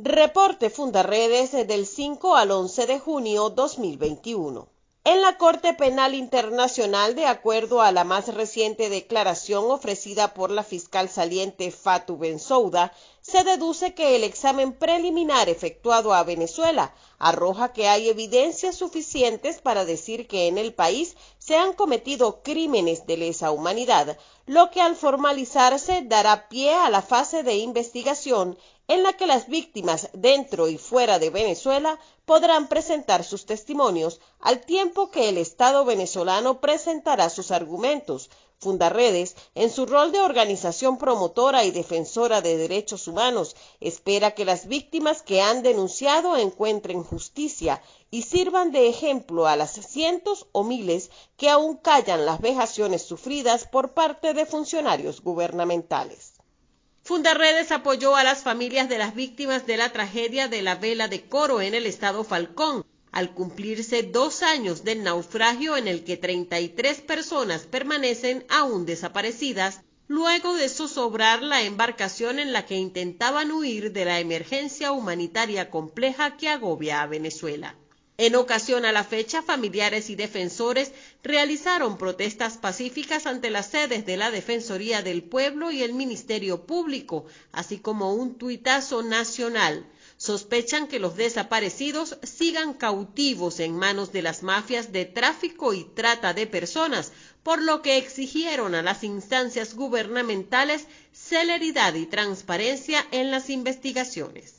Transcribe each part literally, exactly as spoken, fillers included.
Reporte Fundarredes del cinco al once de junio dos mil veintiuno. En la Corte Penal Internacional, de acuerdo a la más reciente declaración ofrecida por la fiscal saliente Fatou Bensouda, se deduce que el examen preliminar efectuado a Venezuela arroja que hay evidencias suficientes para decir que en el país se han cometido crímenes de lesa humanidad, lo que al formalizarse dará pie a la fase de investigación en la que las víctimas dentro y fuera de Venezuela podrán presentar sus testimonios, al tiempo que el Estado venezolano presentará sus argumentos. Fundarredes, en su rol de organización promotora y defensora de derechos humanos, espera que las víctimas que han denunciado encuentren justicia y sirvan de ejemplo a las cientos o miles que aún callan las vejaciones sufridas por parte de funcionarios gubernamentales. Fundarredes apoyó a las familias de las víctimas de la tragedia de la vela de Coro en el estado Falcón, al cumplirse dos años del naufragio en el que treinta y tres personas permanecen aún desaparecidas, luego de zozobrar la embarcación en la que intentaban huir de la emergencia humanitaria compleja que agobia a Venezuela. En ocasión a la fecha, familiares y defensores realizaron protestas pacíficas ante las sedes de la Defensoría del Pueblo y el Ministerio Público, así como un tuitazo nacional. Sospechan que los desaparecidos sigan cautivos en manos de las mafias de tráfico y trata de personas, por lo que exigieron a las instancias gubernamentales celeridad y transparencia en las investigaciones.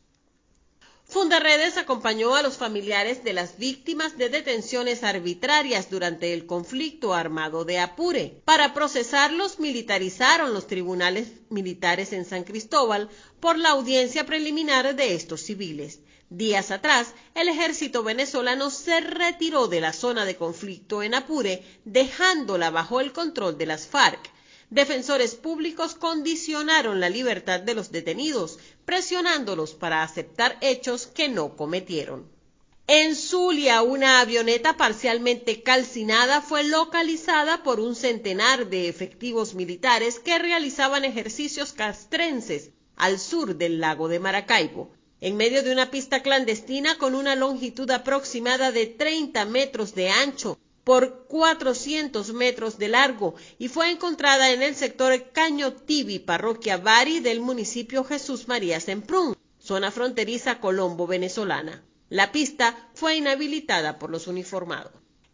Fundarredes acompañó a los familiares de las víctimas de detenciones arbitrarias durante el conflicto armado de Apure. Para procesarlos, militarizaron los tribunales militares en San Cristóbal por la audiencia preliminar de estos civiles. Días atrás, el ejército venezolano se retiró de la zona de conflicto en Apure, dejándola bajo el control de las FARC. Defensores públicos condicionaron la libertad de los detenidos, presionándolos para aceptar hechos que no cometieron. En Zulia, una avioneta parcialmente calcinada fue localizada por un centenar de efectivos militares que realizaban ejercicios castrenses al sur del lago de Maracaibo, en medio de una pista clandestina con una longitud aproximada de treinta metros de ancho por cuatrocientos metros de largo, y fue encontrada en el sector Caño Tibi, parroquia Bari del municipio Jesús María Semprún, zona fronteriza colombo-venezolana. La pista fue inhabilitada por los uniformados.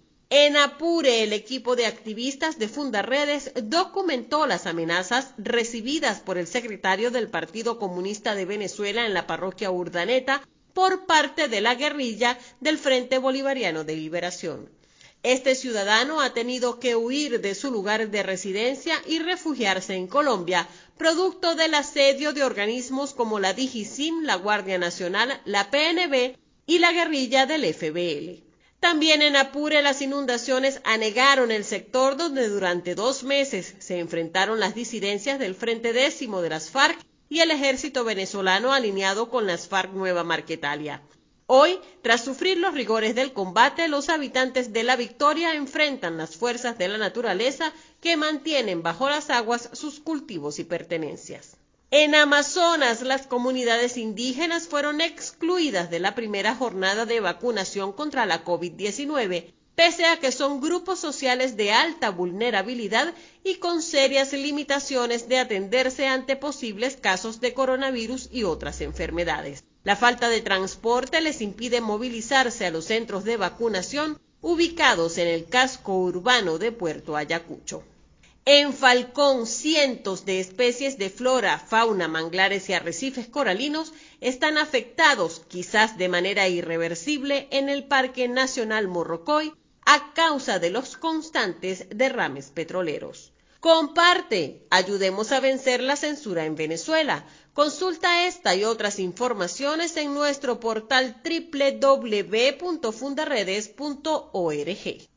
En Apure, el equipo de activistas de Fundarredes documentó las amenazas recibidas por el secretario del Partido Comunista de Venezuela en la parroquia Urdaneta por parte de la guerrilla del Frente Bolivariano de Liberación. Este ciudadano ha tenido que huir de su lugar de residencia y refugiarse en Colombia, producto del asedio de organismos como la DIGISIM, la Guardia Nacional, la P N B y la guerrilla del F B L. También en Apure, las inundaciones anegaron el sector donde durante dos meses se enfrentaron las disidencias del Frente Décimo de las FARC y el ejército venezolano alineado con las FARC Nueva Marquetalia. Hoy, tras sufrir los rigores del combate, los habitantes de La Victoria enfrentan las fuerzas de la naturaleza que mantienen bajo las aguas sus cultivos y pertenencias. En Amazonas, las comunidades indígenas fueron excluidas de la primera jornada de vacunación contra la COVID diecinueve, pese a que son grupos sociales de alta vulnerabilidad y con serias limitaciones de atenderse ante posibles casos de coronavirus y otras enfermedades. La falta de transporte les impide movilizarse a los centros de vacunación ubicados en el casco urbano de Puerto Ayacucho. En Falcón, cientos de especies de flora, fauna, manglares y arrecifes coralinos están afectados, quizás de manera irreversible, en el Parque Nacional Morrocoy a causa de los constantes derrames petroleros. Comparte, ayudemos a vencer la censura en Venezuela. Consulta esta y otras informaciones en nuestro portal doble u doble u doble u punto fundarredes punto org.